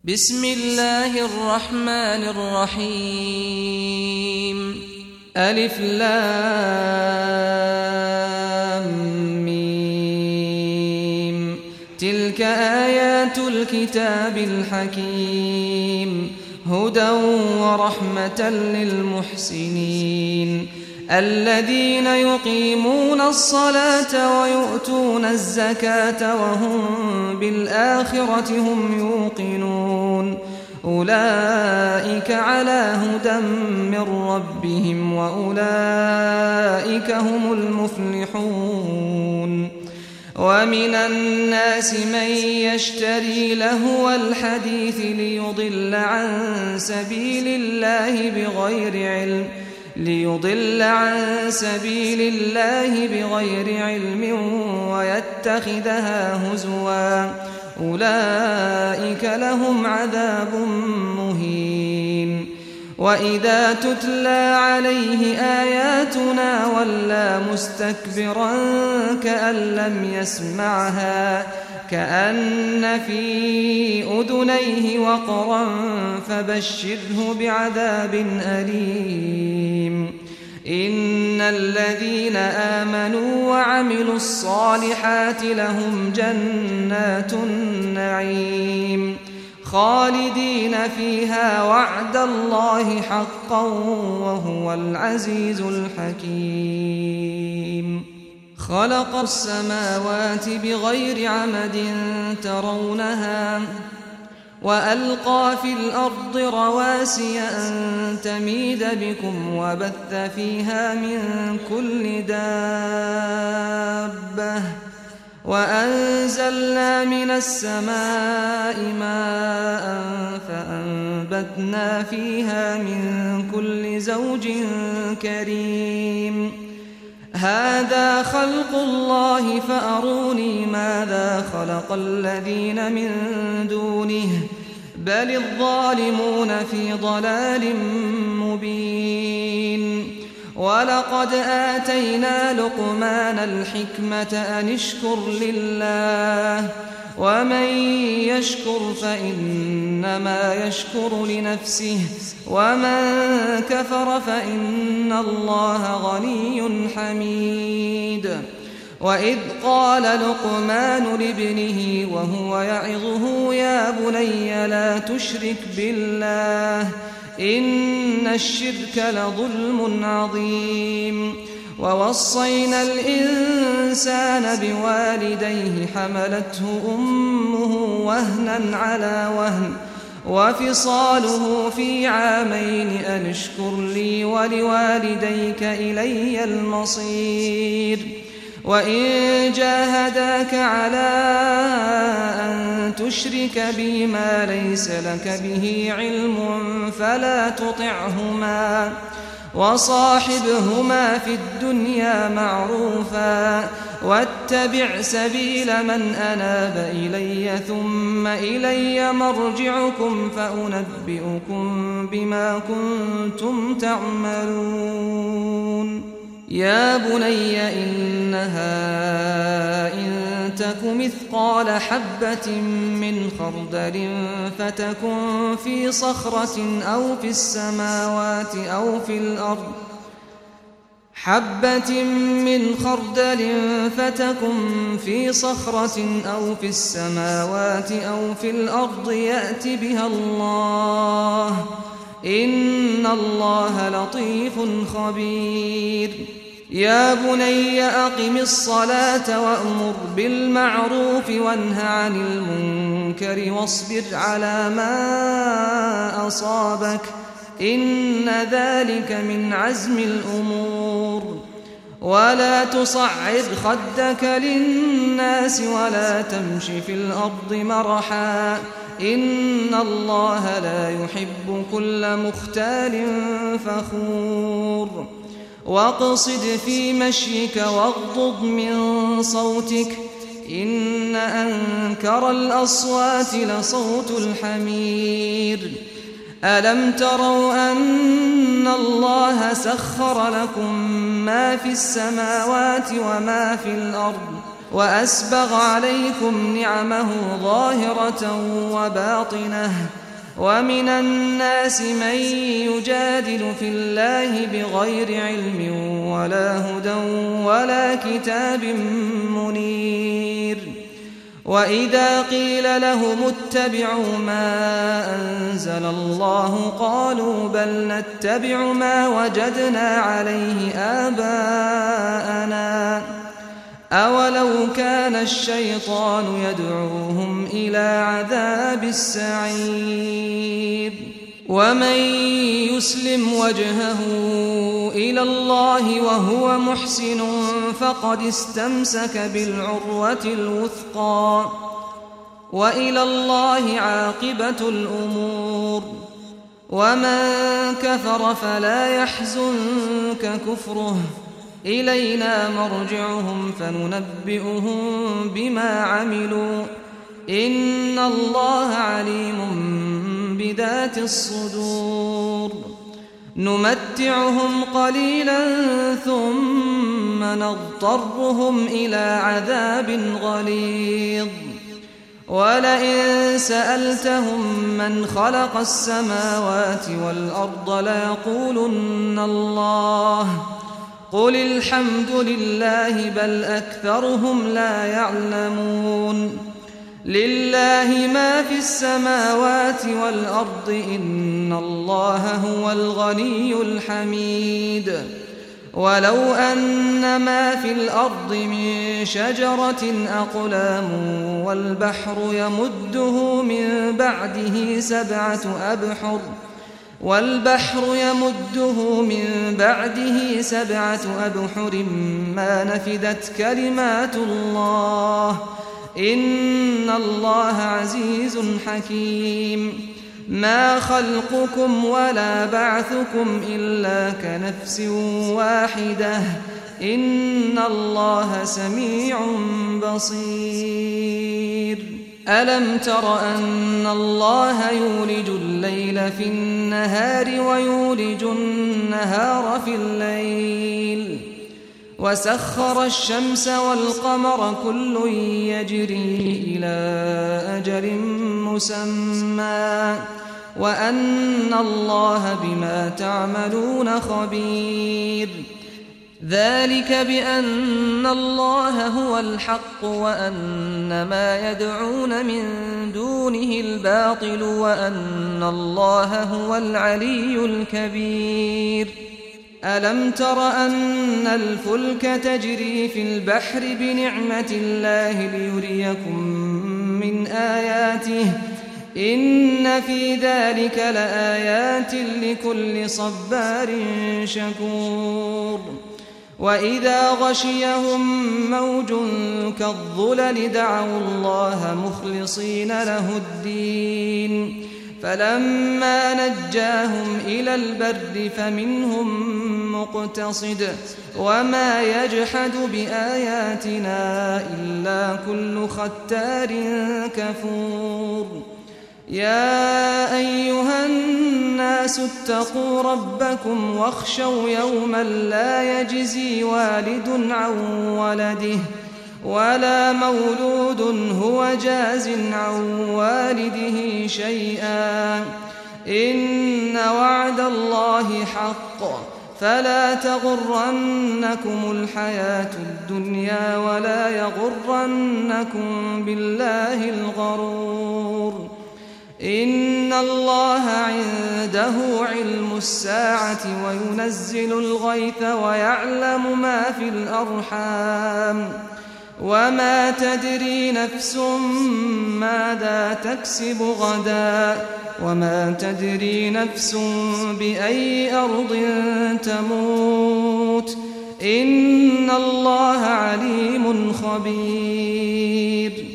بسم الله الرحمن الرحيم ألف لام ميم تلك آيات الكتاب الحكيم هدى ورحمة للمحسنين الذين يقيمون الصلاة ويؤتون الزكاة وهم بالآخرة هم يوقنون أولئك على هدى من ربهم وأولئك هم المفلحون ومن الناس من يشتري لهو الحديث ليضل عن سبيل الله بغير علم ويتخذها هزوا أولئك لهم عذاب مهين وإذا تتلى عليه آياتنا ولى مستكبرا كأن لم يسمعها كأن في أذنيه وقرا فبشره بعذاب أليم إن الذين آمنوا وعملوا الصالحات لهم جنات النعيم خالدين فيها وعد الله حقا وهو العزيز الحكيم خلق السماوات بغير عمد ترونها وألقى في الأرض رواسي أن تميد بكم وبث فيها من كل دابة وأنزلنا من السماء ماء فأنبتنا فيها من كل زوج كريم هذا خلق الله فأروني ماذا خلق الذين من دونه بل الظالمون في ضلال مبين ولقد آتينا لقمان الحكمة أن اشكر لله ومن يشكر فإنما يشكر لنفسه ومن كفر فإن الله غني حميد وإذ قال لقمان لابنه وهو يعظه يا بني لا تشرك بالله إن الشرك لظلم عظيم ووصينا الإنسان بوالديه حملته أمه وهنا على وهن وفصاله في عامين أن اشكر لي ولوالديك إلي المصير وإن جاهداك على أن تشرك بي ما ليس لك به علم فلا تطعهما وصاحبهما في الدنيا معروفا واتبع سبيل من أناب إلي ثم إلي مرجعكم فأنبئكم بما كنتم تعملون يا بني إنها إن تك مثقال حبة من خردل فتكن في صخرة أو في السماوات أو في الأرض حبة من خردل فتكن في صخرة أو في السماوات أو في الأرض يأت بها الله إن الله لطيف خبير يا بني أقم الصلاة وأمر بالمعروف وانه عن المنكر واصبر على ما أصابك إن ذلك من عزم الأمور ولا تصعد خدك للناس ولا تمش في الأرض مرحا إن الله لا يحب كل مختال فخور واقصد في مشيك واغضض من صوتك إن أنكر الأصوات لصوت الحمير ألم تروا أن الله سخر لكم ما في السماوات وما في الأرض وأسبغ عليكم نعمه ظاهرة وباطنة ومن الناس من يجادل في الله بغير علم ولا هدى ولا كتاب منير وإذا قيل لهم اتبعوا ما أنزل الله قالوا بل نتبع ما وجدنا عليه آباءنا أولو كان الشيطان يدعوهم إلى عذاب السعير ومن يسلم وجهه إلى الله وهو محسن فقد استمسك بالعروة الوثقى وإلى الله عاقبة الأمور ومن كفر فلا يحزنك كفره إلينا مرجعهم فننبئهم بما عملوا إن الله عليم بذات الصدور نمتعهم قليلا ثم نضطرهم إلى عذاب غليظ ولئن سألتهم من خلق السماوات والأرض ليقولن الله قل الحمد لله بل أكثرهم لا يعلمون لله ما في السماوات والأرض إن الله هو الغني الحميد ولو أن ما في الأرض من شجرة أقلام والبحر يمده من بعده سبعة أبحر ما نفدت كلمات الله إن الله عزيز حكيم ما خلقكم ولا بعثكم إلا كنفس واحدة إن الله سميع بصير ألم تر أن الله يولج الليل في النهار ويولج النهار في الليل وسخر الشمس والقمر كل يجري إلى أجل مسمى وأن الله بما تعملون خبير ذلك بأن الله هو الحق وأن ما يدعون من دونه الباطل وأن الله هو العلي الكبير ألم تر أن الفلك تجري في البحر بنعمة الله ليريكم من آياته إن في ذلك لآيات لكل صبار شكور وإذا غشيهم موج كالظلل دعوا الله مخلصين له الدين فلما نجاهم إلى البر فمنهم مقتصد وما يجحد بآياتنا إلا كل ختار كفور يا أيها الناس اتقوا ربكم واخشوا يوما لا يجزي والد عن ولده ولا مولود هو جاز عن والده شيئا إن وعد الله حق فلا تغرنكم الحياة الدنيا ولا يغرنكم بالله الغرور إن الله عنده علم الساعة وينزل الغيث ويعلم ما في الأرحام وما تدري نفس ماذا تكسب غدا وما تدري نفس بأي أرض تموت إن الله عليم خبير